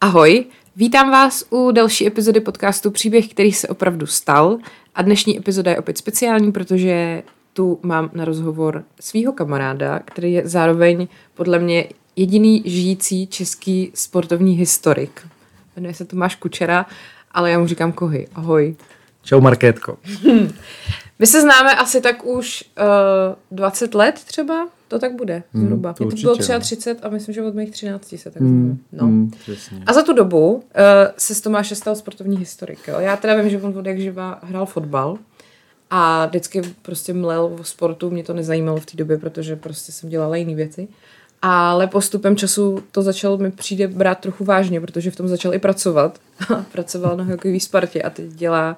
Ahoj, vítám vás u další epizody podcastu Příběh, který se opravdu stal. A dnešní epizoda je opět speciální, protože tu mám na rozhovor svýho kamaráda, který je zároveň podle mě jediný žijící český sportovní historik. Jmenuje se Tomáš Kučera, ale já mu říkám Kohy. Ahoj. Čau Markétko. My se známe asi tak už 20 let třeba, to tak bude zhruba. To bylo 33 a myslím, že od mých 13 se tak známe. No. A za tu dobu se z Tomáše stal sportovní historik. Jo? Já teda vím, že on od jak živa hrál fotbal a vždycky prostě mlel o sportu, mě to nezajímalo v té době, protože prostě jsem dělala jiné věci. Ale postupem času to začal mi přijde brát trochu vážně, protože v tom začal i pracovat. Pracoval na hokejové Spartě a teď dělá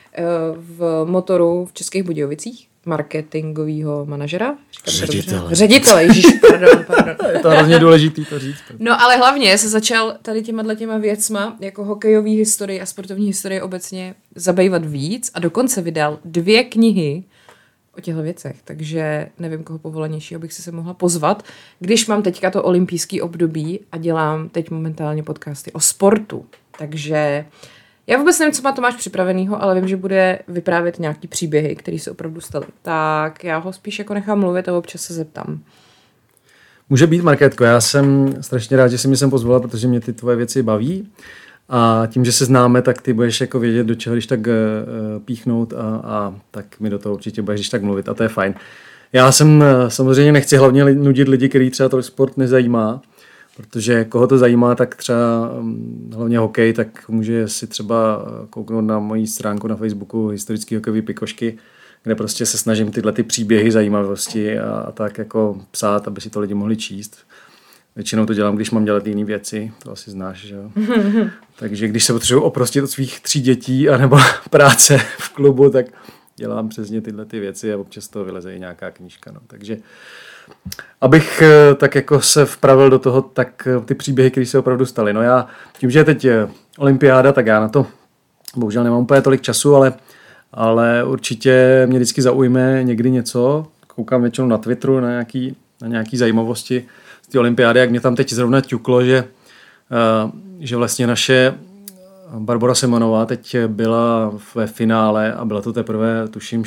v Motoru v Českých Budějovicích marketingového manažera. Ředitele, ježiš, pardon. Je to hrozně důležitý to říct. No ale hlavně se začal tady těma věcma, jako hokejový historii a sportovní historii obecně zabývat víc a dokonce vydal 2 knihy o těchto věcech, takže nevím, koho povolanějšího bych se mohla pozvat, když mám teďka to olympijský období a dělám teď momentálně podcasty o sportu. Takže já vůbec nevím, co má Tomáš připravenýho, ale vím, že bude vyprávět nějaký příběhy, které se opravdu staly. Tak já ho spíš jako nechám mluvit a občas se zeptám. Může být, Markétko, já jsem strašně rád, že jsi mě sem pozvala, protože mě ty tvoje věci baví. A tím, že se známe, tak ty budeš jako vědět, do čeho když tak píchnout a tak mi do toho určitě budeš když tak mluvit a to je fajn. Já jsem samozřejmě nechci hlavně nudit lidi, který třeba to sport nezajímá, protože koho to zajímá, tak třeba hlavně hokej, tak může si třeba kouknout na moji stránku na Facebooku Historický hokejový pikošky, kde prostě se snažím tyhle ty příběhy, zajímavosti a tak jako psát, aby si to lidi mohli číst. Většinou to dělám, když mám dělat jiné věci, to asi znáš, že jo. Takže když se potřebuji oprostit od svých 3 dětí anebo práce v klubu, tak dělám přesně tyhle ty věci a občas toho vyleze i nějaká knížka. No. Takže abych tak jako se vpravil do toho, tak ty příběhy, které se opravdu staly. No já tím, že je teď olympiáda, tak já na to bohužel nemám úplně tolik času, ale určitě mě vždycky zaujme někdy něco. Koukám většinou na Twitteru na nějaký zajímavosti z té olympiády, jak mě tam teď zrovna ťuklo, že vlastně naše Barbora Simonová teď byla ve finále a byla to teprve, tuším,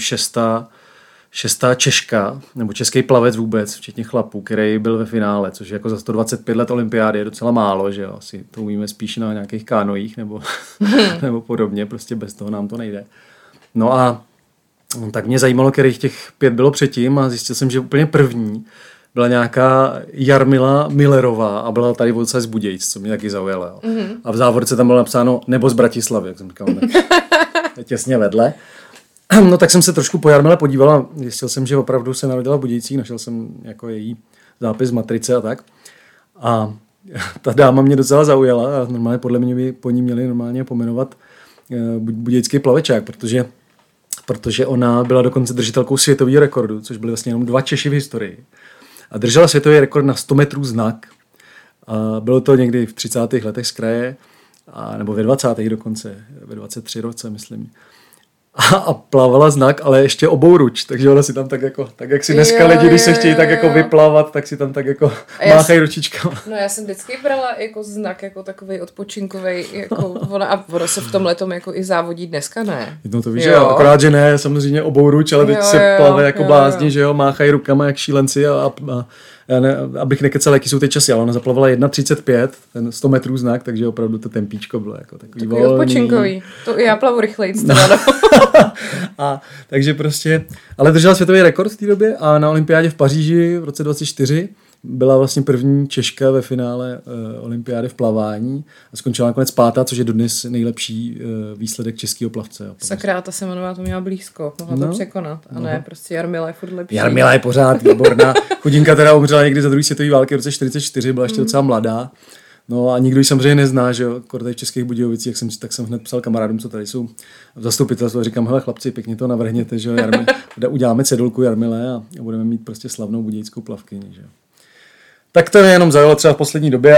šestá Češka, nebo český plavec vůbec, včetně chlapů, který byl ve finále, což jako za 125 let olympiády je docela málo, že jo, asi to umíme spíš na nějakých kánojích nebo podobně, prostě bez toho nám to nejde. No a tak mě zajímalo, kterých těch 5 bylo předtím a zjistil jsem, že úplně první byla nějaká Jarmila Millerová a byla tady odsaď z Budějic, co mě taky zaujalo. A v závorce tam bylo napsáno nebo z Bratislavy, jak jsem říkal, těsně vedle. No tak jsem se trošku po Jarmile podíval a zjistil jsem, že opravdu se narodila v Budějicích, našel jsem jako její zápis z matrice a tak. A ta dáma mě docela zaujala a normálně podle mě by po ní měli normálně pomenovat budějický plavečák, protože ona byla dokonce držitelkou světového rekordu, což byly vlastně jenom 2 Češi v historii. A držela světový rekord na 100 metrů znak. A bylo to někdy v 30. letech z kraje, nebo ve 20. dokonce, ve 23 roce, myslím. A plavala znak, ale ještě obouruč, takže ona si tam tak jako, tak jak si dneska lidi, když se chtějí tak jako vyplavat, tak si tam tak jako máchají ručičkama. No já jsem vždycky brala jako znak, jako takovej odpočinkovej, jako ona se v tom letom jako i závodí dneska, ne? No to víš, akorát, že ne, samozřejmě obouruč, ale teď se plave jako blázni, že jo, máchají rukama jak šílenci a já ne, abych nekecal, jaký jsou ty časy, ale ona zaplavala 1,35, ten 100 metrů znak, takže opravdu to tempíčko bylo jako takový volný. Odpočinkový, to i já plavu rychleji. A takže prostě, ale držela světový rekord v té době a na olympiádě v Paříži v roce 2024 byla vlastně první Češka ve finále olympiády v plavání a skončila nakonec 5., což je dodnes nejlepší výsledek českého plavce. Sakra, ta Simonová to měla blízko, mohla to překonat. A ne, prostě Jarmila je furt lepší. Jarmila je pořád výborná. Chudinka teda umřela někdy za druhé světové války v roce 1944, byla ještě docela mladá. No a nikdo ji samozřejmě nezná, že jo, tady v Českých Budějovicích, tak jsem hned psal kamarádům, co tady jsou v zastupitelstvu a říkám, hele chlapci, pěkně to navrhněte, že jo, uděláme cedulku Jarmile a budeme mít prostě slavnou budějickou plavkyni, že jo. Tak to mě jenom zaujalo třeba v poslední době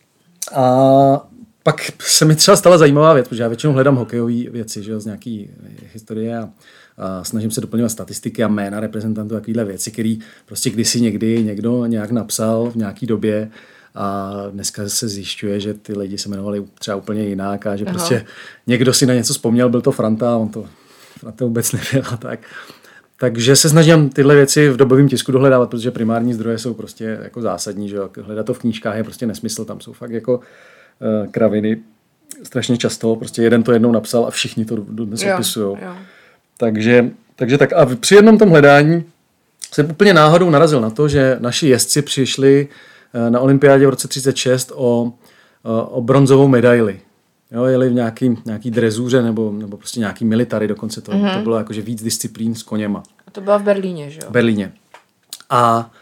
a pak se mi třeba stala zajímavá věc, protože já většinou hledám hokejové věci, že jo, z nějaký historie a snažím se doplňovat statistiky a jména reprezentantů, takovýhle věci, který prostě kdysi někdy někdo nějak napsal v nějaký době A dneska se zjišťuje, že ty lidi se jmenovali třeba úplně jinak a že prostě někdo si na něco vzpomněl, byl to Franta a on to vůbec nevěděl a tak. Takže se snažím tyhle věci v dobovém tisku dohledávat, protože primární zdroje jsou prostě jako zásadní, že jo? Hledat to v knížkách je prostě nesmysl, tam jsou fakt jako kraviny strašně často, prostě jeden to jednou napsal a všichni to dnes opisují. Takže tak a při jednom tom hledání jsem úplně náhodou narazil na to, že naši jezdci přišli na olympiádě v roce 1936 o bronzovou medaili. Jo, jeli v nějaký drezuře nebo prostě nějaký military, dokonce to bylo jakože víc disciplín s koněma. A to byla v Berlíně, že jo? V Berlíně. A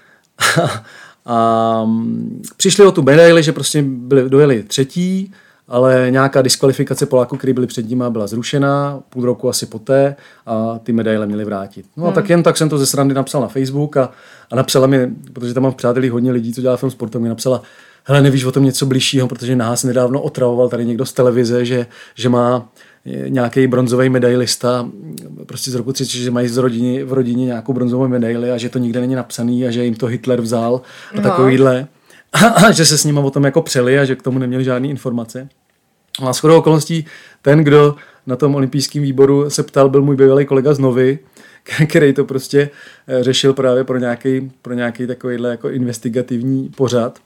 přišli o tu medaili, že prostě dojeli třetí, ale nějaká diskvalifikace Poláků, kteří byli před nimi, byla zrušena, půl roku asi poté a ty medaile měli vrátit. No a tak jsem to ze srandy napsal na Facebook a napsala mi, protože tam mám v přátelích hodně lidí, co dělá film sportem, mi napsala: hele, nevíš o tom něco bližšího, protože nás nedávno otravoval tady někdo z televize, že má nějaký bronzový medailista prostě z roku 30, že mají v rodině nějakou bronzovou medaili a že to nikde není napsaný a že jim to Hitler vzal a takovýhle. A že se s nima o tom jako přeli a že k tomu neměli žádné informace. A shodou okolností ten, kdo na tom olympijském výboru se ptal, byl můj bývalý kolega z Novy, který to prostě řešil právě pro nějaký takovýhle jako investigativní pořad.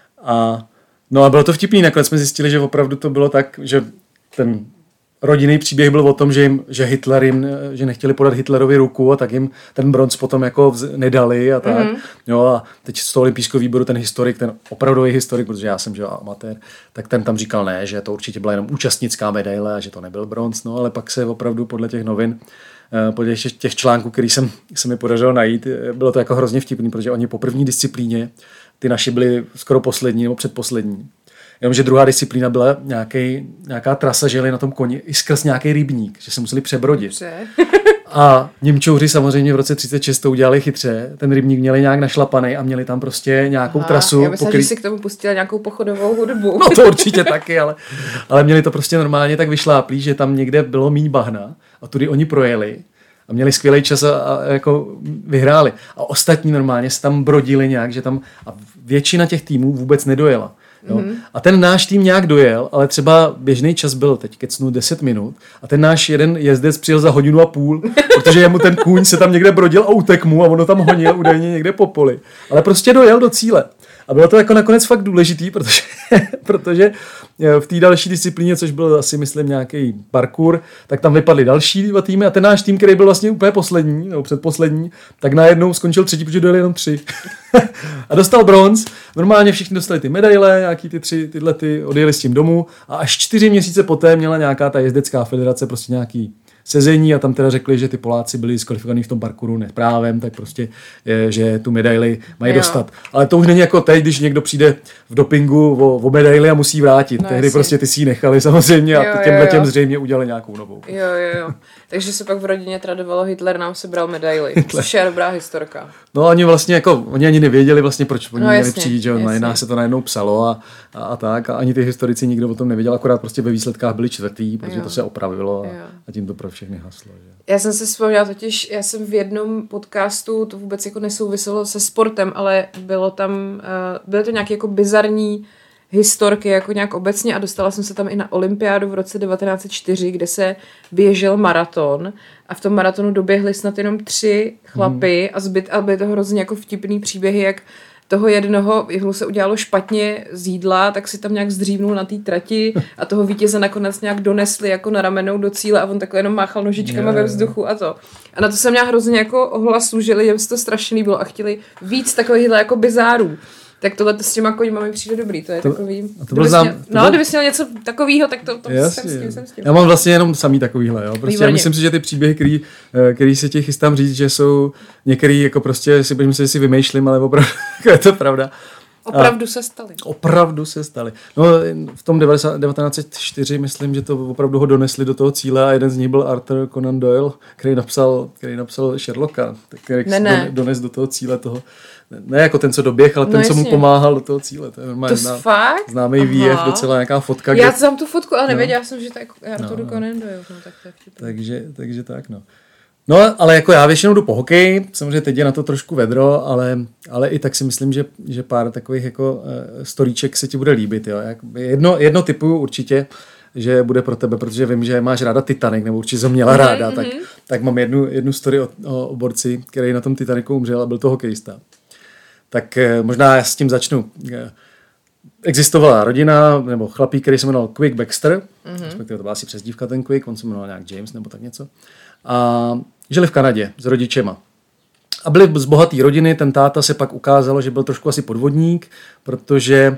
A bylo to vtipný, nakonec jsme zjistili, že opravdu to bylo tak, že ten rodinný příběh byl o tom, že Hitler že nechtěli podat Hitlerovi ruku a tak jim ten bronz potom jako nedali a tak. Jo, a teď z toho olympijského výboru ten historik, ten opravdový historik, protože já jsem amatér, tak ten tam říkal ne, že to určitě byla jenom účastnická medaile a že to nebyl bronz, no ale pak se opravdu podle těch novin, podle těch článků, který se mi podařilo najít, bylo to jako hrozně vtipný, protože oni po první disciplíně, ty naši byli skoro poslední nebo předposlední. Jenomže druhá disciplína byla nějaká trasa, že jeli na tom koni i skrz nějaký rybník, že se museli přebrodit. A Němčouři samozřejmě v roce 1936 to udělali chytře, ten rybník měli nějak našlapaný a měli tam prostě nějakou trasu. Já myslím, že si k tomu pustila nějakou pochodovou hudbu. No to určitě taky, ale měli to prostě normálně tak vyšláplý, že tam někde bylo míň bahna a tudy oni projeli. A měli skvělý čas a jako vyhráli. A ostatní normálně se tam brodili nějak, že tam a většina těch týmů vůbec nedojela. Jo? A ten náš tým nějak dojel, ale třeba běžný čas byl teď kecnu 10 minut a ten náš jeden jezdec přijel za 1,5 hodiny, protože jemu ten kůň se tam někde brodil a utek mu a ono tam honil údajně někde po poli. Ale prostě dojel do cíle. A bylo to jako nakonec fakt důležitý, protože v té další disciplíně, což byl asi, myslím, nějaký parkour, tak tam vypadly další 2 týmy a ten náš tým, který byl vlastně úplně poslední, nebo předposlední, tak najednou skončil třetí, protože dojeli jenom 3. A dostal bronz. Normálně všichni dostali ty medaile, nějaký ty 3, tyhle odjeli s tím domů a až 4 měsíce poté měla nějaká ta jezdecká federace prostě nějaký sezení a tam teda řekli, že ty Poláci byli diskvalifikovaní v tom parkouru neprávem, tak prostě, že tu medaili mají dostat. Ale to už není jako teď, když někdo přijde v dopingu o medaili a musí vrátit. Tehdy prostě ty si ji nechali samozřejmě a těm zřejmě udělali nějakou novou. Jo. Takže se pak v rodině tradovalo, Hitler nám sebral medaili. Což je dobrá historka. No oni vlastně jako, oni ani nevěděli vlastně, proč oni měli přijít, že na nás se to najednou psalo a tak a ani ty historici nikdo o tom nevěděl, akorát prostě ve výsledkách byli 4, protože to se opravilo a tím to pro všechny haslo. Že? Já jsem se vzpomněla totiž, já jsem v jednom podcastu, to vůbec jako nesouviselo se sportem, ale byly to nějaké jako bizarní historky jako nějak obecně a dostala jsem se tam i na olympiádu v roce 1904, kde se běžel maraton a v tom maratonu doběhli snad jenom 3 chlapy a byly to hrozně jako vtipný příběhy, jak toho jednoho, jemu se udělalo špatně z jídla, tak si tam nějak zdřívnul na té trati a toho vítěze nakonec nějak donesli jako na ramenou do cíle a on takhle jenom máchal nožičkama ve vzduchu a to. A na to jsem měla hrozně jako ohlasů, že lidem se to strašně líbilo a chtěli víc takovýchhle jako bizárů. Tak tohle s těma koňma mi přijde dobrý, to je takový. Kdyby jsi měl něco takového, tak to jsem s tím. Já mám vlastně jenom samý takovýhle, jo. Prostě já myslím si, že ty příběhy, který se těch chystám říct, že jsou některý jako prostě si myslím, že si vymýšlím, ale opravdu je to pravda. Opravdu se staly. No v tom 1904 myslím, že to opravdu ho donesli do toho cíle a jeden z nich byl Arthur Conan Doyle, který napsal Sherlocka, který dones do toho cíle toho. Ne jako ten, co doběh, ale ten, co mu pomáhal do toho cíle. To je normálně známý výjev, docela nějaká fotka. Já znám tu fotku, ale nevěděla jsem, že to je Arthur Conan Doyle. No, tak to je vtipný. Takže tak, no. No, ale jako já většinou jdu po hokeji, samozřejmě teď je na to trošku vedro, ale i tak si myslím, že pár takových jako storíček se ti bude líbit. Jo. Jedno typuju určitě, že bude pro tebe, protože vím, že máš ráda Titanic, nebo určitě jsem měla ráda, tak mám jednu story o borci, který na tom Titanicu umřel a byl to hokejista. Tak možná já s tím začnu. Existovala rodina, nebo chlapík, který se jmenoval Quick Baxter, respektive to byla asi přezdívka ten Quick, on se jmenoval nějak James nebo tak něco. A žili v Kanadě s rodičema. A byli z bohaté rodiny, ten táta se pak ukázalo, že byl trošku asi podvodník, protože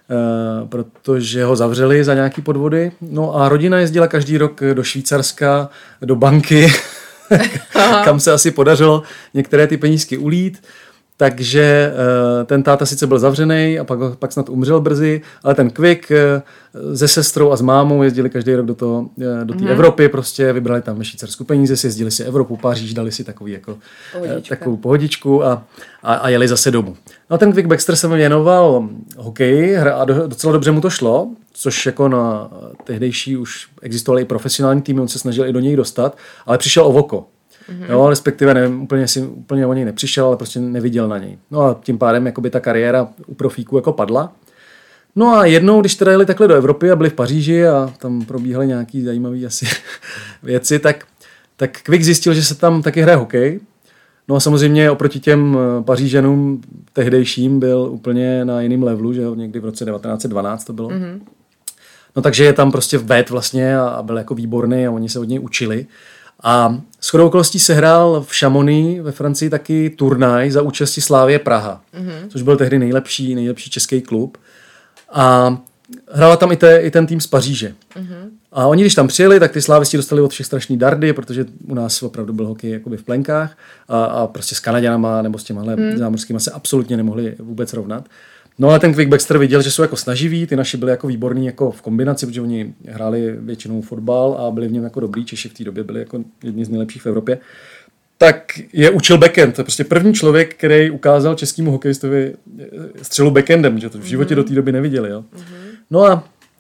ho zavřeli za nějaký podvody. No a rodina jezdila každý rok do Švýcarska, do banky, kam se asi podařilo některé ty penízky ulít. Takže ten táta sice byl zavřený a pak snad umřel brzy, ale ten Quick se sestrou a s mámou jezdili každý rok do té Evropy, prostě vybrali tam ve Švýcarsku peníze, jezdili si Evropu, Paříž, dali si takovou pohodičku a jeli zase domů. No a ten Quick Baxter se věnoval hokeji a docela dobře mu to šlo, což jako na tehdejší už existovaly i profesionální týmy, on se snažil i do něj dostat, ale přišel o oko. Jo, respektive nevím, úplně o něj nepřišel, ale prostě neviděl na něj. No a tím pádem jakoby ta kariéra u profíků jako padla. No a jednou, když teda jeli takhle do Evropy a byli v Paříži a tam probíhaly nějaký zajímavý asi věci, tak Quick zjistil, že se tam taky hraje hokej. No a samozřejmě oproti těm Pařížanům tehdejším byl úplně na jiném levelu, že jo, někdy v roce 1912 to bylo. No takže je tam prostě vbet vlastně a byl jako výborný a oni se od něj učili. A shodou okolností se hrál v Chamonix ve Francii taky turnaj za účasti Slavie Praha, což byl tehdy nejlepší český klub. A hrála tam i ten tým z Paříže. A oni, když tam přijeli, tak ty slávisti dostali od všech strašný dardy, protože u nás opravdu byl hokej jakoby v plenkách a prostě s Kanaďanama nebo s těmahle zámořskýma se absolutně nemohli vůbec rovnat. No ale ten Quick Baxter viděl, že jsou jako snaživí, ty naši byli jako výborní jako v kombinaci, protože oni hráli většinou fotbal a byli v něm jako dobrý, Češi v té době byli jako jedni z nejlepších v Evropě. Tak je učil backhand, to je prostě první člověk, který ukázal českému hokejistovi střelu backhandem, že to v životě do té doby neviděli. Jo. No a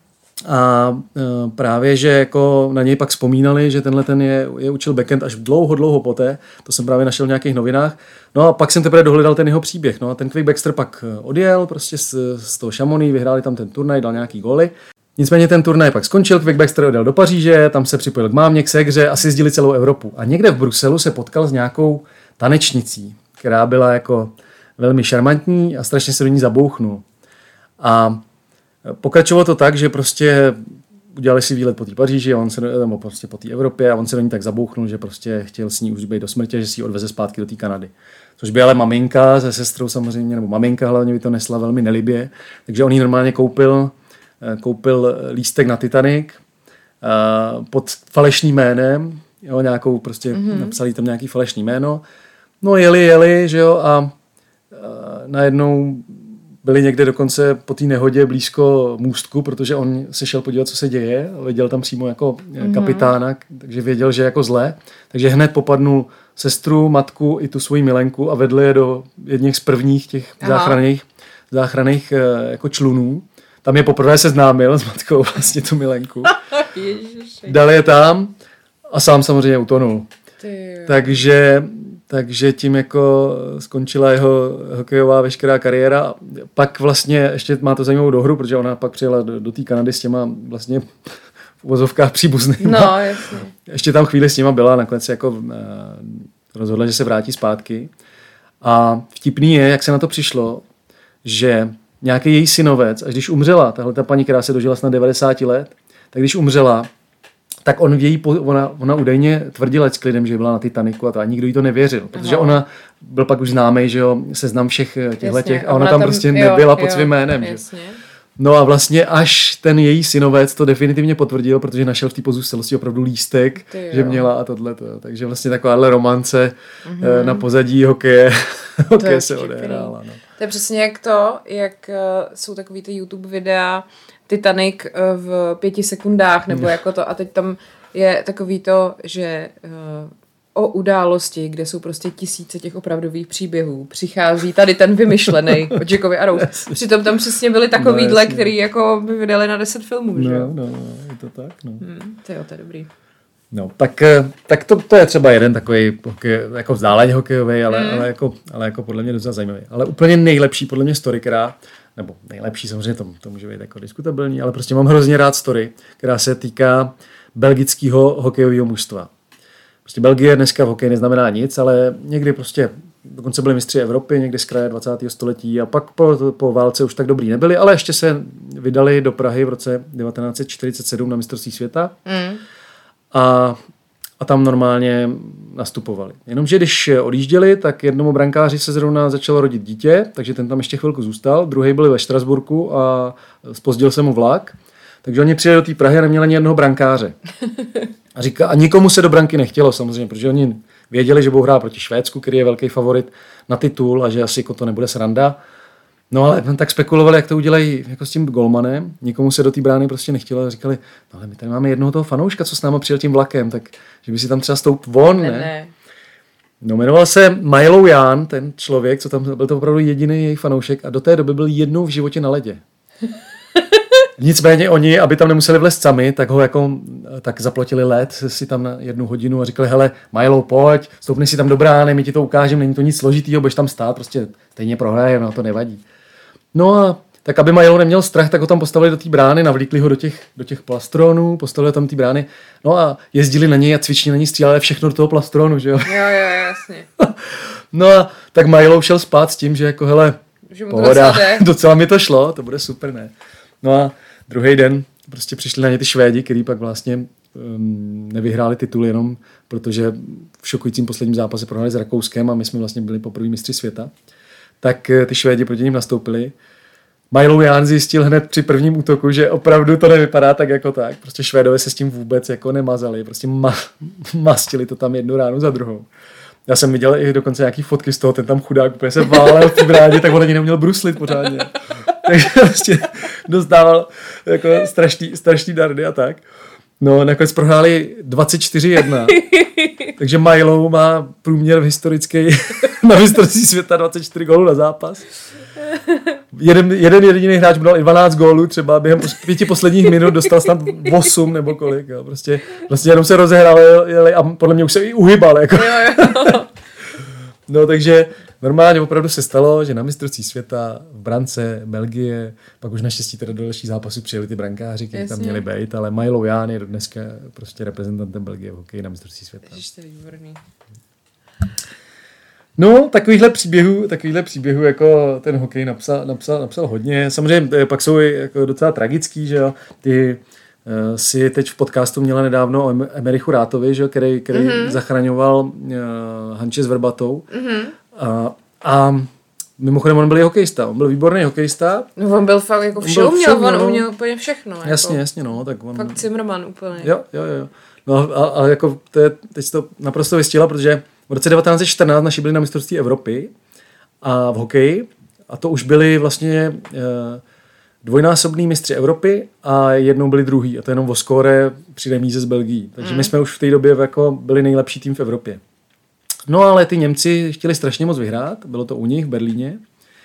právě, že jako na něj pak vzpomínali, že tenhle ten je učil backhand až dlouho poté, to jsem právě našel v nějakých novinách. No a pak jsem teprve dohledal ten jeho příběh. No a ten Quick Baxter pak odjel prostě z toho Chamonix, vyhráli tam ten turnaj, dal nějaký góly. Nicméně ten turnaj pak skončil, Quick Baxter odjel do Paříže, tam se připojil k mámě, k ségře a sjezdili celou Evropu. A někde v Bruselu se potkal s nějakou tanečnicí, která byla jako velmi šarmantní a strašně se do ní zabouchnul. A pokračovalo to tak, že prostě udělali si výlet po té Paříži, nebo prostě po té Evropě a on se do ní tak zabouchnul, že prostě chtěl s ní už být do smrti, že si ji odveze zpátky do té Kanady. Což by ale maminka se sestrou samozřejmě, nebo maminka hlavně by to nesla velmi nelibě, takže on jí normálně koupil lístek na Titanic pod falešným jménem, jo, nějakou prostě napsali tam nějaký falešný jméno. No jeli, že jo, a najednou byli někde dokonce po té nehodě blízko můstku, protože on se šel podívat, co se děje. Viděl tam přímo jako kapitána, takže věděl, že je jako zlé. Takže hned popadnul sestru, matku i tu svoji milenku a vedl je do jedných z prvních těch záchranných jako člunů. Tam je poprvé seznámil s matkou vlastně tu milenku. Dal je tam a sám samozřejmě utonul. Takže tím jako skončila jeho hokejová veškerá kariéra. Pak vlastně ještě má to zajímavou dohru, protože ona pak přijela do té Kanady s těma vlastně v uvozovkách příbuznýma. No, jasně. Ještě tam chvíli s nima byla, nakonec se jako rozhodla, že se vrátí zpátky. A vtipný je, jak se na to přišlo, že nějaký její synovec, až když umřela, tahle ta paní, která se dožila snad 90 let, tak když umřela, tak ona údajně tvrdila s klidem, že byla na Titaniku a nikdo jí to nevěřil, protože ona byl pak už známý, že jo, seznam všech těch a ona tam prostě nebyla pod svým jménem. Že? No a vlastně až ten její synovec to definitivně potvrdil, protože našel v té pozůstalosti opravdu lístek, že měla a tohleto. Takže vlastně takováhle romance na pozadí hokeje se odehrála. No. To je přesně jak jsou takový ty YouTube videa Titanic v 5 sekundách, nebo jako to, a teď tam je takový to, že o události, kde jsou prostě tisíce těch opravdových příběhů, přichází tady ten vymyšlený od Jackovi a Rose. Přitom tam přesně byli takovýhle, který jako by vydali na 10 filmů, že jo? No, je to tak, no. To je dobrý. No, tak to je třeba jeden takový jako vzdáleně hokejový, ale jako podle mě docela zajímavý. Ale úplně nejlepší podle mě story, nebo nejlepší samozřejmě, to může být jako diskutabilní, ale prostě mám hrozně rád story, která se týká belgického hokejového mužstva. Prostě Belgie dneska v hokeji neznamená nic, ale někdy prostě dokonce byli mistři Evropy, někdy z kraje 20. století a pak po válce už tak dobrý nebyli, ale ještě se vydali do Prahy v roce 1947 na mistrovství světa a tam normálně nastupovali. Jenomže když odjížděli, tak jednomu brankáři se zrovna začalo rodit dítě, takže ten tam ještě chvilku zůstal, druhý byl ve Štrasburku a zpozdil se mu vlak, takže oni přijeli do té Prahy a neměli ani jednoho brankáře. A nikomu se do branky nechtělo samozřejmě, protože oni věděli, že budou hrát proti Švédsku, který je velký favorit na titul a že asi jako to nebude sranda. No ale tak spekulovali, jak to udělají jako s tím golmanem. Nikomu se do té brány prostě nechtělo a říkali, no ale my tady máme jednoho toho fanouška, co s náma přijel tím vlakem, tak že by si tam třeba stoup von, ne? No jmenoval se Milo Jan, ten člověk, co tam byl to opravdu jediný jejich fanoušek a do té doby byl jednou v životě na ledě. Nicméně oni, aby tam nemuseli vlézt sami, tak zaplatili let si tam na 1 hodinu a říkali, hele, Milo, pojď, stoupni si tam do brány, my ti to ukážeme, není to nic složitýho, budeš tam stát, prostě stejně prohraje, no to nevadí. No a tak aby Milo neměl strach, tak ho tam postavili do té brány, navlíkli ho do těch plastronů, postavili tam ty brány, no a jezdili na něj a cvičili na něj, stříleli všechno do toho plastronu, že jo? Jo, jasně. No a tak Milo šel spát s tím, že jako hele, pohoda, docela mi to šlo, to bude super, ne? No a druhý den prostě přišli na ně ty Švédi, který pak vlastně nevyhráli titul jenom, protože v šokujícím posledním zápase prohráli s Rakouskem a my jsme vlastně byli poprvé mistři světa. Tak ty Švédi proti ním nastoupili. Milo Jan zjistil hned při prvním útoku, že opravdu to nevypadá tak jako tak. Prostě Švédové se s tím vůbec jako nemazali. Prostě mastili to tam jednu ránu za druhou. Já jsem viděl i dokonce nějaký fotky z toho, ten tam chudák úplně se válel v té bráně, tak on ani neměl bruslit pořádně. Takže prostě dostával jako strašný dardy a tak. No nakonec prohráli 24-1. Takže Milo má průměr historický na mistrovství světa 24 gólů na zápas. Jeden jediný hráč dal i 12 gólů, třeba během 5 posledních minut dostal snad 8 nebo kolik. Jo. Prostě jenom se rozehrali a podle mě už se i uhybal. Jako. No takže normálně opravdu se stalo, že na mistrovství světa v brance Belgie, pak už naštěstí teda do další zápasu přijeli ty brankáři, kteří tam měli být, ale Milo Jan je dneska prostě reprezentantem Belgie v hokeji na mistrovství světa. Ježiš, to je výborný. No, takovýhle příběhů jako ten hokej napsal hodně. Samozřejmě pak jsou i jako docela tragický, že jo. Ty si teď v podcastu měla nedávno o Emerichu Rátovi, že jo, který zachraňoval Hanče s Vrbatou. A mimochodem on byl i hokejista. On byl výborný hokejista. No on byl fakt jako všeho on uměl úplně všechno. Jasně, no. Tak on... Fakt Zimmerman úplně. Jo. No a jako teď to naprosto vystihla, protože v roce 1914 naši byli na mistrovství Evropy a v hokeji a to už byli vlastně dvojnásobný mistři Evropy a jednou byli druhý a to jenom o skóre při remíze z Belgií. Takže my jsme už v té době jako byli nejlepší tým v Evropě. No ale ty Němci chtěli strašně moc vyhrát, bylo to u nich v Berlíně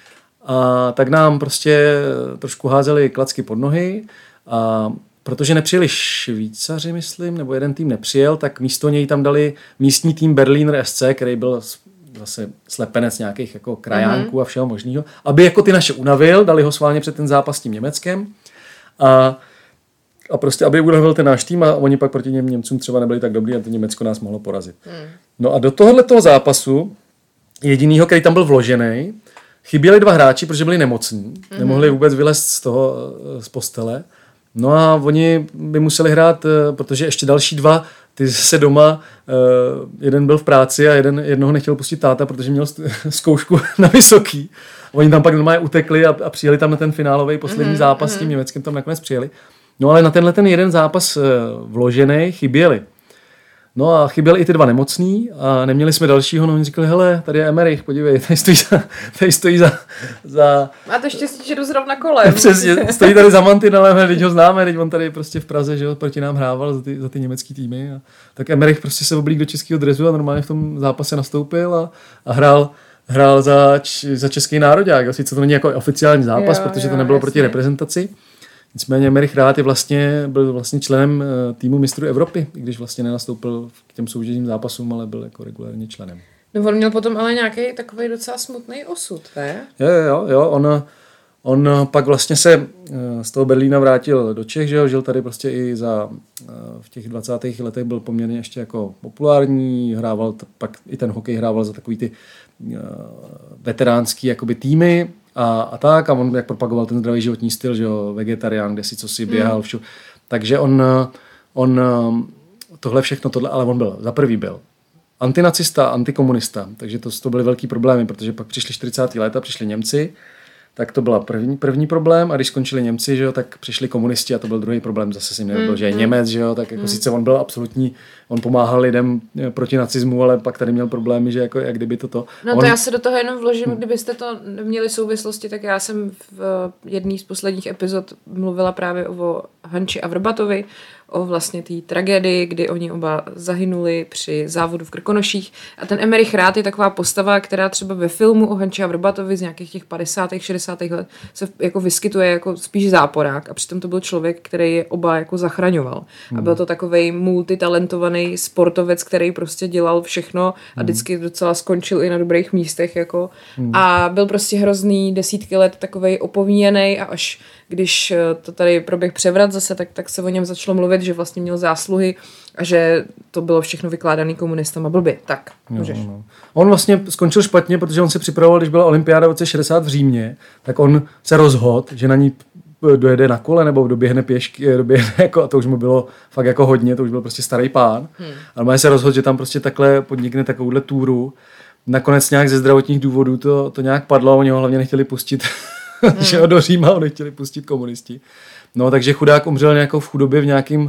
a tak nám prostě trošku házeli klacky pod nohy a protože nepřijeli Švýcaři, myslím, nebo jeden tým nepřijel, tak místo něj tam dali místní tým Berliner SC, který byl zase slepenec nějakých jako krajánků a všeho možného, aby jako ty naše unavil, dali ho schválně před ten zápas s tím Německem a prostě, aby unavil ten náš tým a oni pak proti Němcům třeba nebyli tak dobrý a to Německo nás mohlo porazit. No a do tohoto zápasu jedinýho, který tam byl vložený, chyběli 2 hráči, protože byli nemocní, nemohli vůbec vylézt z postele. No a oni by museli hrát, protože ještě další 2, ty se doma, jeden byl v práci a jednoho nechtěl pustit táta, protože měl zkoušku na vysoký. Oni tam pak normálně utekli a přijeli tam na ten finálový poslední zápas s tím Německem, tam nakonec přijeli. No ale na ten jeden zápas vložený chyběli. No a chyběli i ty 2 nemocný a neměli jsme dalšího, no oni říkali, hele, tady je Emerich, podívej, tady stojí za... Máte štěstí, že jdu zrovna kolem. Přesně, stojí tady za mantinelem, teď ho známe, teď on tady prostě v Praze, že proti nám hrával za ty německý týmy. A tak Emerich prostě se oblík do českého dresu a normálně v tom zápase nastoupil a hrál za český nároďák. Sice to není jako oficiální zápas, protože to nebylo proti reprezentaci. Nicméně Emerich Rath byl vlastně členem týmu mistrů Evropy, i když vlastně nenastoupil k těm soutěžním zápasům, ale byl jako regulárně členem. No on měl potom ale nějaký takový docela smutný osud, ne? Jo, on pak vlastně se z toho Berlína vrátil do Čech, že jo, žil tady prostě i v těch 20. letech byl poměrně ještě jako populární, hrával, pak i ten hokej hrával za takový ty veteránský jakoby týmy a tak, a on jak propagoval ten zdravý životní styl, že jo, vegetarián, kde si co si běhal, všude. Takže on tohle všechno, ale on byl antinacista, antikomunista, takže to byly velký problémy, protože pak přišli 40. léta, přišli Němci, tak to byla první problém, a když skončili Němci, že jo, tak přišli komunisti a to byl druhý problém, zase si nebyl, že je Němec, že jo, tak jako sice on byl absolutní, on pomáhal lidem proti nacismu, ale pak tady měl problémy, že jako jak kdyby to. No to já se do toho jenom vložím, kdybyste to měli souvislosti, tak já jsem v jedné z posledních epizod mluvila právě o Hanči a Vrbatovi, o vlastně té tragédii, kdy oni oba zahynuli při závodu v Krkonoších. A ten Emerich Rath je taková postava, která třeba ve filmu o Hanči a Vrbatovi z nějakých těch 50. 60. let se jako vyskytuje jako spíš záporák, a přitom to byl člověk, který je oba jako zachraňoval. A byl to takovej multitalentovaný sportovec, který prostě dělal všechno a vždycky docela skončil i na dobrých místech jako. A byl prostě hrozný desítky let takovej opomíjený, a až když to tady proběh převrat zase, tak se o něm začalo mluvit, že vlastně měl zásluhy a že to bylo všechno vykládaný komunistama blbě. Tak, můžeš. No. On vlastně skončil špatně, protože on se připravoval, když byla olympiáda v roce 60 v Římě, tak on se rozhodl, že na ní dojede na kole nebo doběhne pěšky, jako, a to už mu bylo fakt jako hodně, to už byl prostě starý pán. Ale má se rozhodl, že tam prostě takhle podnikne takovouhle túru. Nakonec nějak ze zdravotních důvodů to nějak padlo, oni ho hlavně nechtěli pustit že ho do Říma, ho nechtěli pustit komunisti. No, takže chudák umřel nějakou v chudobě v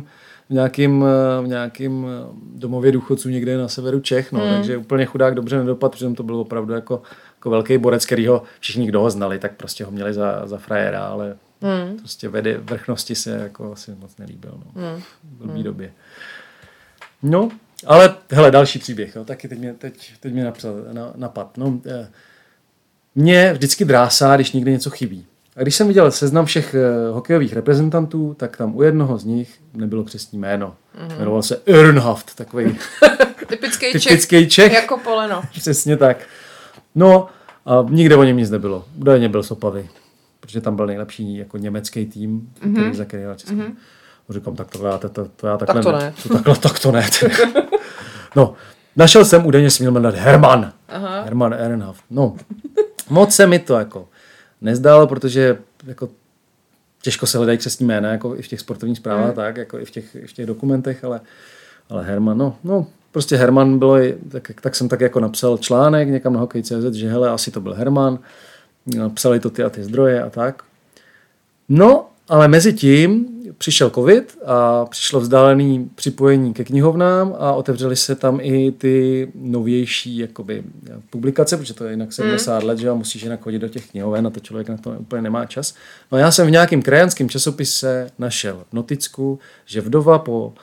nějakým domově důchodců někde na severu Čech, no, takže úplně chudák dobře nedopad, protože to byl opravdu jako velký borec, kterýho všichni, kdo ho znali, tak prostě ho měli za frajera, ale prostě vrchnosti se jako asi moc nelíbil, no, v blbý době. No, ale hele, další příběh, jo, taky teď mě napad. No, mě vždycky drásá, když někde něco chybí. A když jsem viděl seznam všech hokejových reprezentantů, tak tam u jednoho z nich nebylo křestní jméno. Jmenoval se Ehrenhaft, takový typický Čech. Jako poleno. Přesně tak. No a nikde o něm nic nebylo. Údajně byl z Opavy, protože tam byl nejlepší jako německý tým, který zakrýval Českou. Říkám, tak to já takhle tak to ne. Tak to ne. No, našel jsem údajně se měl jmenovat Hermann. Hermann Ehrenhaft. No, moc se mi to jako nezdalo, protože jako těžko se hledají křestní jména, jako i v těch sportovních zprávách, tak, jako i v těch dokumentech, ale Hermann, no prostě Hermann bylo, tak jsem tak jako napsal článek někam na hokej.cz, že hele, asi to byl Hermann, psali to ty a ty zdroje a tak. No, ale mezi tím přišel covid a přišlo vzdálené připojení ke knihovnám a otevřely se tam i ty novější jakoby publikace, protože to je jinak 70 let, že jo, musíš jinak chodit do těch knihoven a to člověk na to úplně nemá čas. No já jsem v nějakém krajanském časopise našel noticku, že vdova po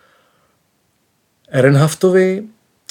Ehrenhaftovi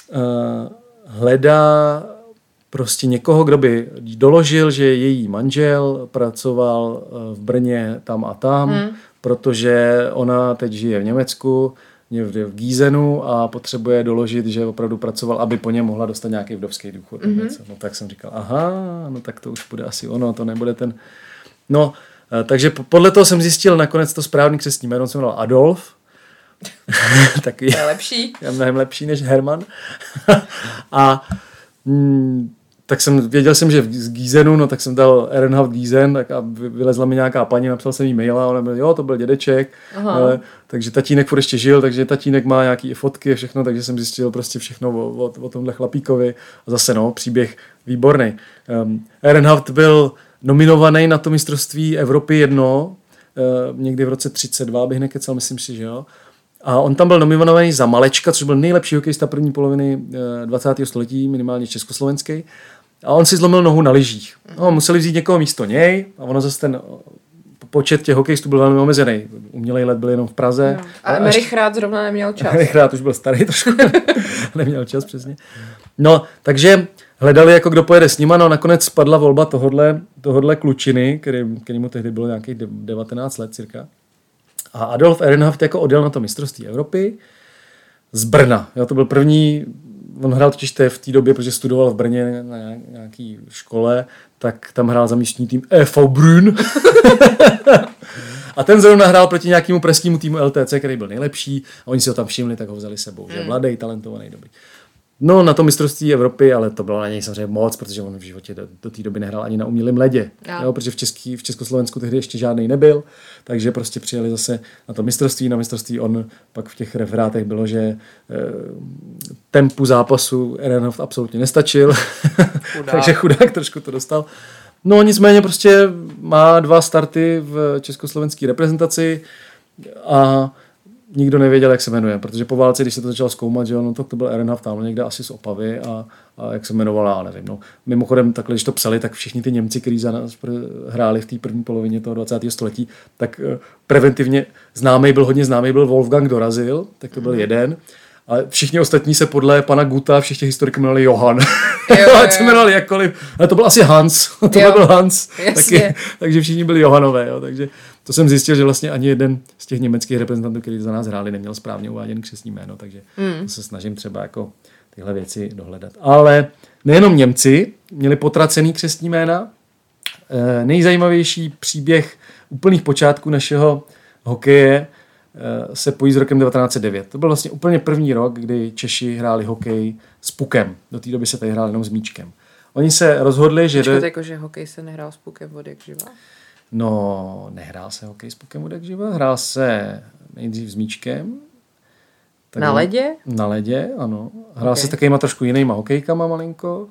hledá prostě někoho, kdo by doložil, že její manžel pracoval v Brně tam a tam, protože ona teď žije v Německu, v Gízenu a potřebuje doložit, že opravdu pracoval, aby po něm mohla dostat nějaký vdovský důchod. No tak jsem říkal, aha, no tak to už bude asi ono, to nebude ten... No, takže podle toho jsem zjistil nakonec to správný křestní jméno, jsem dal Adolf. Takový, je lepší. Je mnohem lepší než Hermann. A tak věděl jsem, že z Gízenu, no tak jsem dal Ehrenhaft Gízen, tak a vylezla mi nějaká paní, napsal jsem jí maila a ona byl, jo, to byl dědeček, takže tatínek furt ještě žil, takže tatínek má nějaký fotky a všechno, takže jsem zjistil prostě všechno o tomhle chlapíkovi a zase no, příběh výborný. Ehrenhaft byl nominovaný na to mistrovství Evropy jedno, někdy v roce 32, bych nekecal, myslím si, že jo. A on tam byl nominovaný za Malečka, což byl nejlepší hokejista první poloviny 20. století, minimálně československý. A on si zlomil nohu na lyžích. No, museli vzít někoho místo něj a ono zase ten počet těch hokejistů byl velmi omezený. Umělej let byl jenom v Praze. No. A Emerich Rath zrovna neměl čas. Emerich Rath už byl starý trošku. Neměl čas, přesně. No, takže hledali, jako kdo pojede s nima, no nakonec spadla volba tohodle klučiny, který mu tehdy bylo nějakých 19 let cirka. A Adolf Ehrenhaft jako odjel na to mistrovství Evropy z Brna. Jo, to byl první, on hrál totiž v té době, protože studoval v Brně na nějaký škole, tak tam hrál za místní tým EV Brünn. A ten zrovna hrál proti nějakému pražskému týmu LTC, který byl nejlepší a oni si ho tam všimli, tak ho vzali sebou. Že mladý, talentovaný, dobrý. No na to mistrovství Evropy, ale to bylo na něj samozřejmě moc, protože on v životě do té doby nehrál ani na umělém ledě. Jo, protože v Československu tehdy ještě žádný nebyl, takže prostě přijeli zase na to mistrovství. Na mistrovství on pak v těch referátech bylo, že tempu zápasu Ehrenhaft absolutně nestačil, takže chudák trošku to dostal. No nicméně prostě má 2 starty v československé reprezentaci a nikdo nevěděl, jak se jmenuje, protože po válce, když se to začalo zkoumat, že no, to byl Ehrenhaft tam někde asi z Opavy a jak se jmenovala, já nevím. No. Mimochodem, takhle, když to psali, tak všichni ty Němci, kteří za nás hráli v té první polovině toho 20. století, tak preventivně hodně známý byl Wolfgang Dorazil, tak to byl jeden. Ale všichni ostatní se podle pana Guta, všech těch historiků jmenovali Johann. Ať se jmenovali jakkoliv. Ale to byl asi Hans. Byl Hans. Taky, takže všichni byli Johannové. Jo. Takže to jsem zjistil, že vlastně ani jeden z těch německých reprezentantů, kteří za nás hráli, neměl správně uváděný křestní jméno. Takže to se snažím třeba jako tyhle věci dohledat. Ale nejenom Němci měli potracený křestní jména. Nejzajímavější příběh úplných počátků našeho hokeje se pojí s rokem 1909. To byl vlastně úplně první rok, kdy Češi hráli hokej s pukem. Do té doby se tady hráli jenom s míčkem. Oni se rozhodli, že... Počkejte, jako, že hokej se nehrál s pukem od jak živa? No, nehrál se hokej s pukem od jak živa. Hrál se nejdřív s míčkem. Na ledě? Na ledě, ano. Hrál se s takovýma trošku jinýma hokejkama malinko.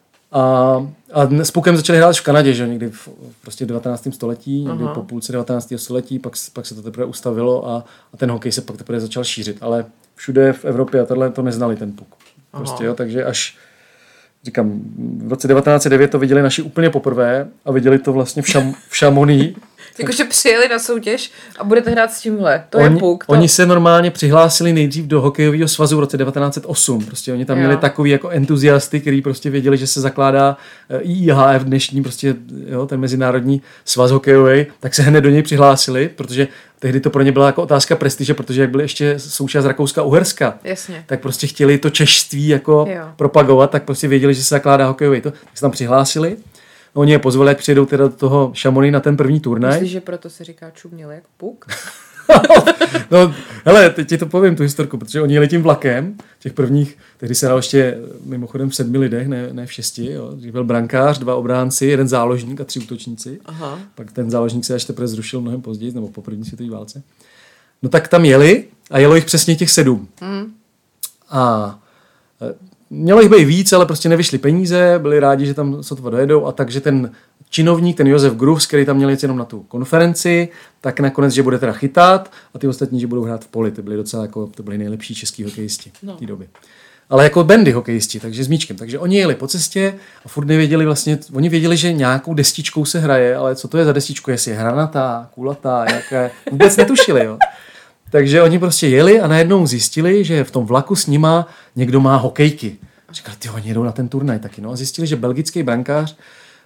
A s pukem začali hrát v Kanadě, že někdy prostě v 19. století, někdy po půlce 19. století, pak se to teprve ustavilo a ten hokej se pak teprve začal šířit. Ale všude v Evropě a tohle to neznali ten puk. Prostě, jo, takže až říkám, v roce 1909 to viděli naši úplně poprvé a viděli to vlastně v Chamonix. Jakože přijeli na soutěž a budete hrát s tímhle. To je puk. Oni se normálně přihlásili nejdřív do hokejového svazu v roce 1908. Prostě oni tam měli takový jako entuziasty, kteří prostě věděli, že se zakládá IIHF dnešní, prostě jo, ten mezinárodní svaz hokejový, tak se hned do něj přihlásili, protože tehdy to pro ně byla jako otázka prestiže, protože jak byly ještě součást Rakouska-Uherska, tak prostě chtěli to češství jako propagovat, tak prostě věděli, že se zakládá hokejový to, tak se tam přihlásili. No, oni je pozvali, jak přijedou teda do toho Chamonix na ten první turnaj. Myslíš, že proto se říká čuměl jak puk? No, hele, teď ti to povím, tu historku, protože oni jeli tím vlakem, těch prvních, tehdy se dal ještě mimochodem v 7 lidech, ne v 6, jo. Byl brankář, 2 obránci, 1 záložník a 3 útočníci. Aha. Pak ten záložník se až teprve zrušil mnohem později, nebo po první světové válce. No tak tam jeli a jelo jich přesně těch 7. A mělo jich být víc, ale prostě nevyšly peníze, byli rádi, že tam sotva dojedou a takže ten činovník, ten Josef Grufs, který tam měl jít jenom na tu konferenci, tak nakonec, že bude teda chytat a ty ostatní, že budou hrát v poli. To byli docela jako, to byli nejlepší český hokejisti v té době. Ale jako bandy hokejisti, takže s míčkem. Takže oni jeli po cestě a furt nevěděli vlastně, oni věděli, že nějakou destičkou se hraje, ale co to je za destičku, jestli je hranatá, kulatá, jaká, vůbec netušili, jo. Takže oni prostě jeli a najednou zjistili, že v tom vlaku s nima někdo má hokejky. Říkali, ty oni jedou na ten turnaj taky. No a zjistili, že belgický brankář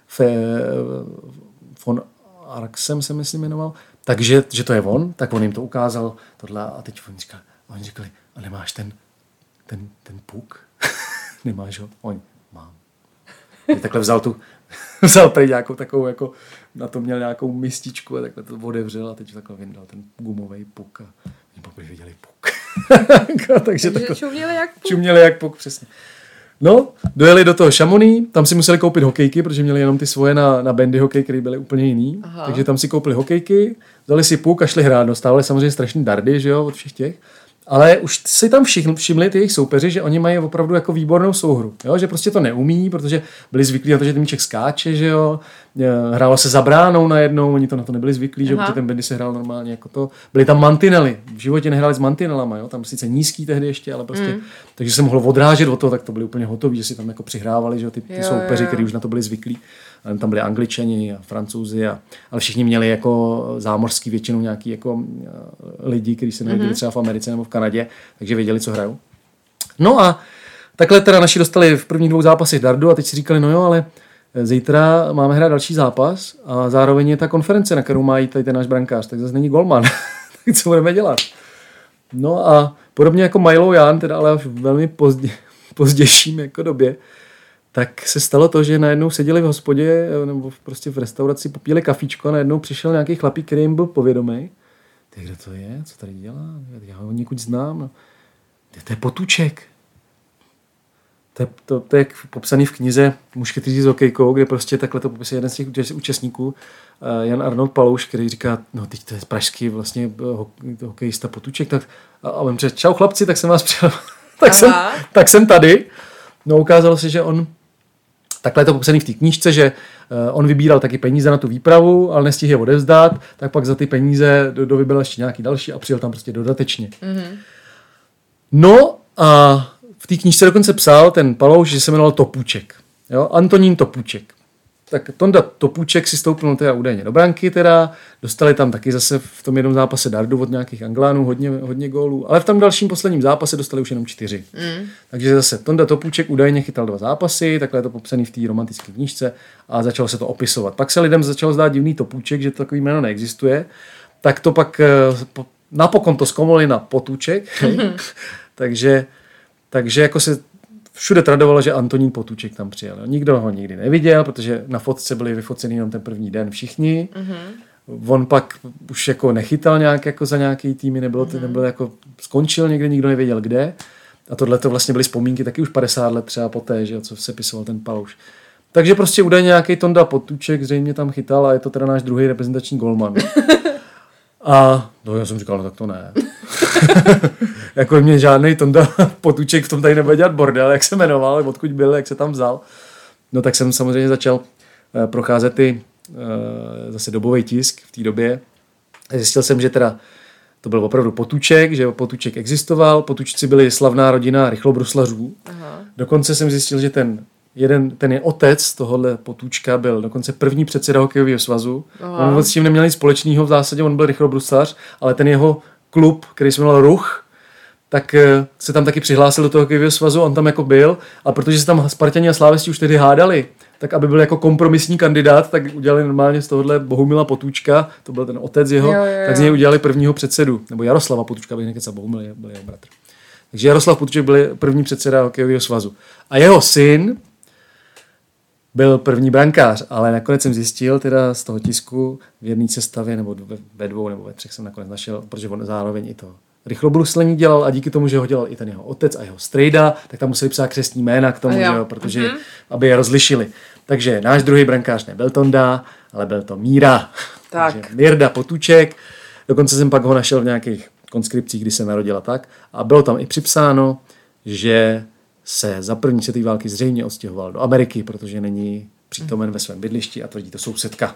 von Arxem se myslím jmenoval, takže že to je on, tak on jim to ukázal tohle a teď oni říkali, a nemáš ten puk? Nemáš ho? On, mám. A takhle vzal tady nějakou takovou, jako na to měl nějakou mističku a takhle to odevřel a teď takhle vyndal ten gumový puk a oni poprvé viděli puk. Takže čuměli jak puk, přesně. No, dojeli do toho Chamonix, tam si museli koupit hokejky, protože měli jenom ty svoje na bandy hokej, které byly úplně jiný. Aha. Takže tam si koupili hokejky, dali si puk a šli hrát. Dostávali samozřejmě strašný dardy, že jo, od všech těch. Ale už si tam všimli ty jejich soupeři, že oni mají opravdu jako výbornou souhru. Jo? Že prostě to neumí, protože byli zvyklí na to, že ten míček skáče, že jo. Hrálo se za bránou najednou, oni to na to nebyli zvyklí, že protože ten bandy se hrál normálně jako to. Byly tam mantinely, v životě nehráli s mantinelama, jo. Tam sice nízký tehdy ještě, ale prostě, takže se mohlo odrážet od toho, tak to byli úplně hotoví, že si tam jako přihrávali, že jo, ty soupeři, kteří už na to byli zvyklí. Tam byli Angličani a Francouzi, ale všichni měli jako zámořský většinou nějaký jako lidi, kteří se narodili třeba v Americe nebo v Kanadě, takže věděli, co hrajou. No a takhle teda naši dostali v prvních 2 zápasech dardu a teď si říkali, no jo, ale zítra máme hrát další zápas a zároveň je ta konference, na kterou má jít tady ten náš brankář, tak zase není golman. Tak co budeme dělat? No a podobně jako Milo Jan, teda ale v velmi pozdějším jako době, tak se stalo to, že najednou seděli v hospodě nebo prostě v restauraci, popíjeli kafíčko a najednou přišel nějaký chlapík, který jim byl povědomý. Ty, kdo to je? Co tady dělá? Já ho někud znám. No. To je Potůček. To je jak popsaný v knize Mušketýři s hokejkou, kde prostě takhle to popisuje jeden z těch účastníků, Jan Arnold Palouš, který říká, no teď to je pražský vlastně hokejista Potůček. A on řekl, čau chlapci, tak jsem vás přijel. tak jsem tady. No ukázalo se, že on, takhle je to popsaný v té knížce, že on vybíral taky peníze na tu výpravu, ale nestihl je odevzdát, tak pak za ty peníze vybíral ještě nějaký další a přijel tam prostě dodatečně. Mm-hmm. No a v té knížce dokonce psal ten Palouš, že se jmenoval Topůček. Jo? Antonín Topůček. Tak Tonda Topůček si stoupnul teda údajně do branky teda, dostali tam taky zase v tom jednom zápase dardu od nějakých Anglánů, hodně gólů, ale v tom dalším posledním zápase dostali už jenom 4. Takže zase Tonda Topůček údajně chytal 2 zápasy, takhle je to popsaný v té romantické knížce a začalo se to opisovat. Pak se lidem začalo zdát divný Topůček, že to takový jméno neexistuje, tak to pak napokon to zkomolili na Potůček, takže jako se všude tradovalo, že Antonín Potůček tam přijel. Nikdo ho nikdy neviděl, protože na fotce byli vyfocený jenom ten první den všichni. Mm-hmm. On pak už jako nechytal nějak jako za nějaký týmy, nebylo jako skončil někde, nikdo nevěděl kde. A tohle to vlastně byly vzpomínky taky už 50 let třeba poté, že co se pisoval ten Palouš. Takže prostě údajně nějaký Tonda Potůček zřejmě tam chytal a je to teda náš druhý reprezentační golman. A no, já jsem říkal, no tak to ne. Jako mě žádnej Tonda Potůček v tom tady nebude dělat bordel, jak se jmenoval, odkud byl, jak se tam vzal. No tak jsem samozřejmě začal procházet ty zase dobový tisk v té době. Zjistil jsem, že teda to byl opravdu Potůček, že Potůček existoval, Potůčci byli slavná rodina rychlobruslařů. Aha. Dokonce jsem zjistil, že ten je otec tohohle Potůčka byl dokonce první předseda hokejového svazu. Aha. On s tím neměl nic společného, v zásadě on byl rychlobruslař, ale ten jeho klub, který se jmenoval Ruch, tak se tam taky přihlásil do toho hokejového svazu, on tam jako byl, a protože se tam Spartani a Slávesti už tedy hádali, tak aby byl jako kompromisní kandidát, tak udělali normálně z tohohle Bohumila Potůčka, to byl ten otec jeho, jo. Tak z něj udělali prvního předsedu, nebo Jaroslava Potůčka, bych nekecal, Bohumil byl jeho bratr. Takže Jaroslav Potůček byl první předseda hokejového svazu. A jeho syn byl první brankář, ale nakonec jsem zjistil teda z toho tisku v jedné sestavě, nebo ve 2 nebo ve 3 jsem nakonec našel, protože on zároveň i to rychlobruslení dělal a díky tomu, že ho dělal i ten jeho otec a jeho strejda, tak tam museli psát křestní jména k tomu, že jo, protože aby je rozlišili. Takže náš druhý brankář nebyl Tonda, ale byl to Míra. Tak. Takže Mirda Potůček. Dokonce jsem pak ho našel v nějakých konskripcích, kdy se narodila tak. A bylo tam i připsáno, že se za první světové války zřejmě odstěhoval do Ameriky, protože není přítomen ve svém bydlišti a tvrdí to sousedka.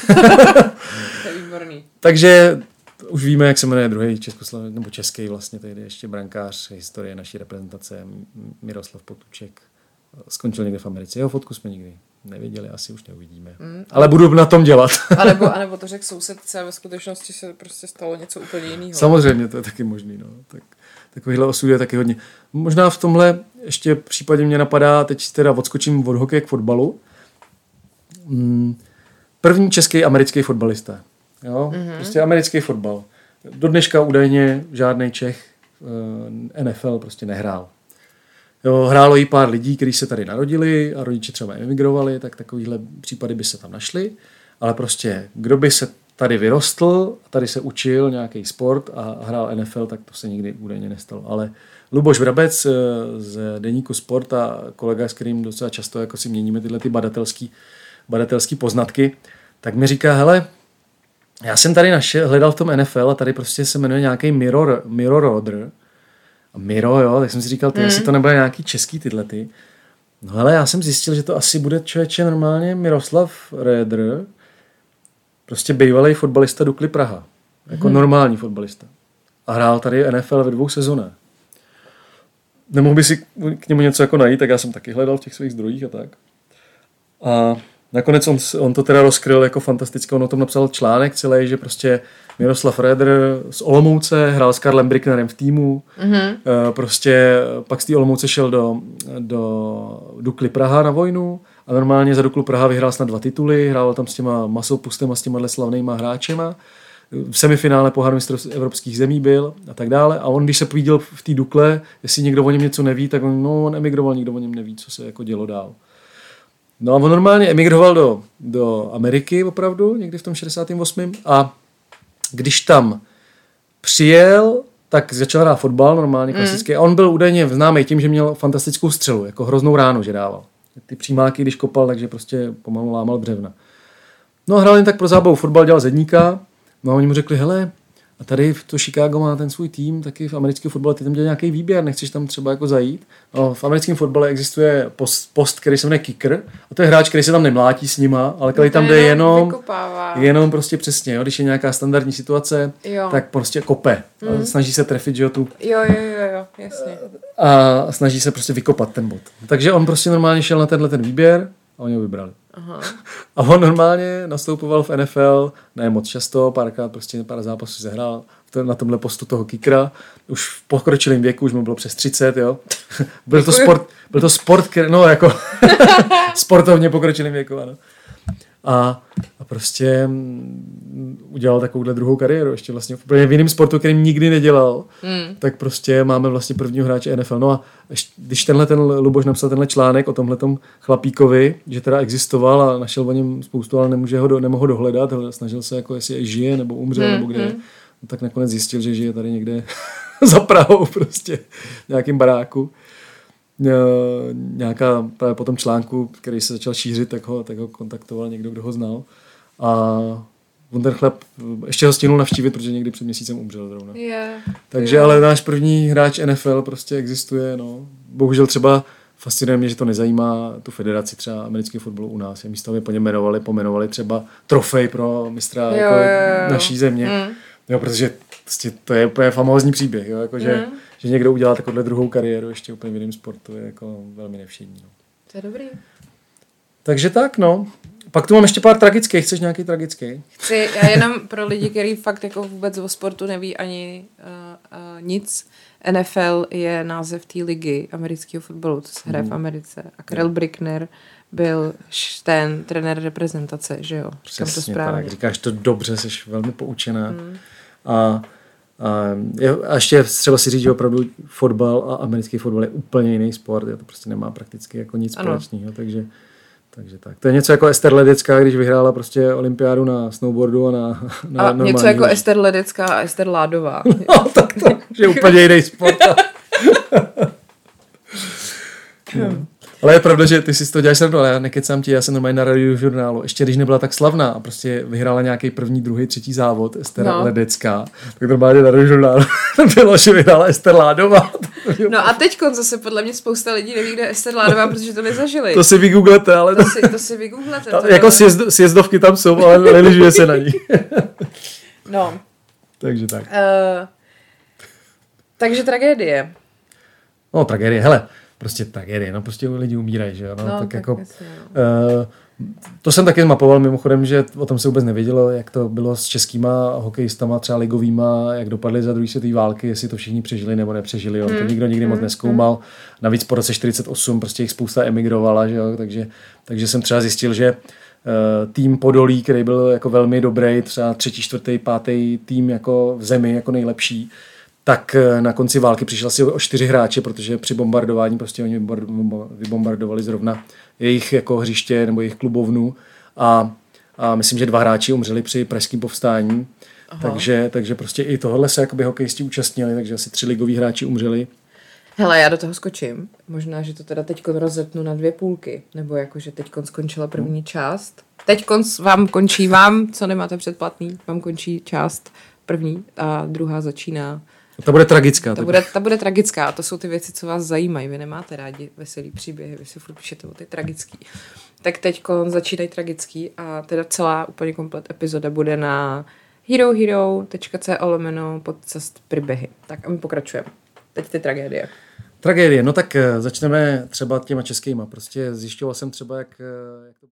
To je výborný. Takže už víme, jak se jmenuje druhý nebo český vlastně, tady ještě brankář historie naší reprezentace Miroslav Potůček. Skončil někde v Americe. Jeho fotku jsme nikdy neviděli, asi už neuvidíme. Ale budu na tom dělat. A nebo to řekl sousedce a ve skutečnosti se prostě stalo něco úplně jiného. Samozřejmě, to je taky možný. No. Takovýhle osud je taky hodně. Možná v tomhle ještě případě mě napadá, teď teda odskočím od hokeje k fotbalu. První český americký fotbalista. Jo? Prostě americký fotbal. Do dneška údajně žádný Čech NFL prostě nehrál. Jo, hrálo jí pár lidí, kteří se tady narodili a rodiče třeba emigrovali, tak takovýhle případy by se tam našly. Ale prostě, kdo by se tady vyrostl, tady se učil nějaký sport a hrál NFL, tak to se nikdy údajně nestalo. Ale Luboš Vrabec z deníku Sport a kolega, s kterým docela často jako si měníme tyhle ty badatelský poznatky, tak mi říká, hele, já jsem tady hledal v tom NFL a tady prostě se jmenuje nějaký Miro Roder. A Miro, jo, tak jsem si říkal, jestli to nebude nějaký český tyhle ty. No hele, já jsem zjistil, že to asi bude člověče normálně Miroslav Roeder, prostě bývalý fotbalista Dukly Praha. Jako normální fotbalista. A hrál tady NFL ve 2 sezónách. Nemohl by si k němu něco jako najít, tak já jsem taky hledal v těch svých zdrojích a tak. A nakonec on to teda rozkryl jako fantasticky, on o tom napsal článek celý, že prostě Miroslav Reder z Olomouce hrál s Karlem Bricknerem v týmu, prostě pak z té Olomouce šel do Dukly Praha na vojnu a normálně za Duklu Praha vyhrál snad 2 tituly, hrál tam s těma Masopustem a s těma slavnejma hráčema. V semifinále poháru mistrů evropských zemí byl a tak dále. A on, když se viděl v té Dukle, jestli někdo o něm něco neví, tak on emigroval, nikdo o něm neví, co se jako dělo dál. No a on normálně emigroval do Ameriky opravdu, někdy v tom 68. A když tam přijel, tak začal hrát fotbal normálně klasicky. A on byl údajně známý tím, že měl fantastickou střelu, jako hroznou ránu, že dával. Ty přímáky, když kopal, takže prostě pomalu lámal břevna. No a hrál jen tak pro zábavu fotbal, dělal zedníka. No a oni mu řekli, hele, a tady to Chicago má ten svůj tým, taky v americkém fotbale, ty tam dělá nějaký výběr, nechceš tam třeba jako zajít? No, v americkém fotbale existuje post, který se jmenuje kicker, a to je hráč, který se tam nemlátí s nima, ale který tam jde jenom prostě přesně, jo, když je nějaká standardní situace, tak prostě kope. A snaží se trefit, že jo, tu. Jo, jasně. A snaží se prostě vykopat ten bod. Takže on prostě normálně šel na tenhle ten výběr a oni ho vybrali. Aha. A on normálně nastoupoval v NFL, ne moc často, párkrát prostě pár zápasů sehrál na tomhle postu toho kickera. Už v pokročilém věku, už mu bylo přes 30, jo. Byl to sport, no jako sportovně pokročilým věku, ano. A prostě udělal takovouhle druhou kariéru, ještě vlastně v jiném sportu, kterým nikdy nedělal, tak prostě máme vlastně prvního hráče NFL. No a když ten Luboš napsal tenhle článek o tomhletom chlapíkovi, že teda existoval a našel o něm spoustu, ale nemohl ho dohledat, snažil se jako jestli žije nebo umřel nebo kde, no, tak nakonec zjistil, že žije tady někde za Prahou prostě v nějakém baráku. Nějaká právě po tom článku, který se začal šířit, tak ho kontaktoval někdo, kdo ho znal. A on ten chlap ještě ho stihnul navštívit, protože někdy před měsícem umřel zrovna. Takže ale náš první hráč NFL prostě existuje. No. Bohužel třeba fascinuje mě, že to nezajímá tu federaci třeba amerického fotbalu u nás. Místo aby po něm pomenovali třeba trofej pro mistra jako naší země. Jo, protože to je úplně famózní příběh. Jo, jako že někdo udělá takovou druhou kariéru ještě úplně v jiném sportu, je jako velmi nevšední. No. To je dobrý. Takže tak, no. Pak tu mám ještě pár tragických. Chceš nějaký tragický? Chci, já jenom pro lidi, kteří fakt jako vůbec o sportu neví ani nic. NFL je název té ligy amerického fotbalu, to se hraje v Americe. A Karel Brickner byl ten trenér reprezentace, že jo? Říkám to správně. Tak, říkáš to dobře, jsi velmi poučená. A ještě třeba si říct, že opravdu fotbal a americký fotbal je úplně jiný sport, to prostě nemá prakticky jako nic společného, takže tak. To je něco jako Ester Ledecká, když vyhrála prostě olympiádu na snowboardu a na něco jako Ester Ledecká a Ester Ládová. No, tak to je úplně jiný sport. Ale je pravda, že ty si to děláš srandu, ale já nekecám ti, já jsem normálně na Radiožurnálu, ještě když nebyla tak slavná a prostě vyhrála nějaký první, druhý, třetí závod Ester Ledecká, tak normálně na Radiožurnálu bylo, že vyhrála Ester Ládová. No a teďkon zase podle mě spousta lidí neví, kde je Ester Ládová, protože to nezažili. To si vygooglete, ale... To si vygooglete. Jako sjezdovky tam jsou, ale neližuje se na ní. No. Takže tak. Takže tragédie. No tragédie, hele. Prostě tragédie, no prostě lidi umírají, že jo, no tak jako jasně, to jsem taky mapoval mimochodem, že o tom se vůbec nevědělo, jak to bylo s českýma hokejistama, třeba ligovýma, jak dopadly za druhé světové války, jestli to všichni přežili nebo nepřežili, to nikdo nikdy moc nezkoumal, navíc po roce 48 prostě jich spousta emigrovala, že jo, takže jsem třeba zjistil, že tým Podolí, který byl jako velmi dobrý, třeba 3., 4., 5. tým jako v zemi, jako nejlepší, tak na konci války přišel asi o 4 hráče, protože při bombardování prostě oni vybombardovali zrovna jejich jako hřiště nebo jejich klubovnu a myslím, že 2 hráči umřeli při pražském povstání. Takže prostě i tohle se jakoby hokejisti účastnili, takže asi 3 ligoví hráči umřeli. Hele, já do toho skočím. Možná, že to teda teďkon rozetnu na 2 půlky, nebo jako, že teďkon skončila první část. Teďkon končí vám, co nemáte předplatný, vám končí část první a druhá začíná. Ta bude tragická. Ta bude tragická a to jsou ty věci, co vás zajímají. Vy nemáte rádi veselý příběhy, vy si furt píšete o ty tragický. Tak teďko začínají tragický a teda celá úplně komplet epizoda bude na herohero.co/podcast příběhy. Tak a my pokračujeme. Teď ty tragédie. Tragédie, no tak začneme třeba těma českýma. Prostě zjišťoval jsem třeba, jak to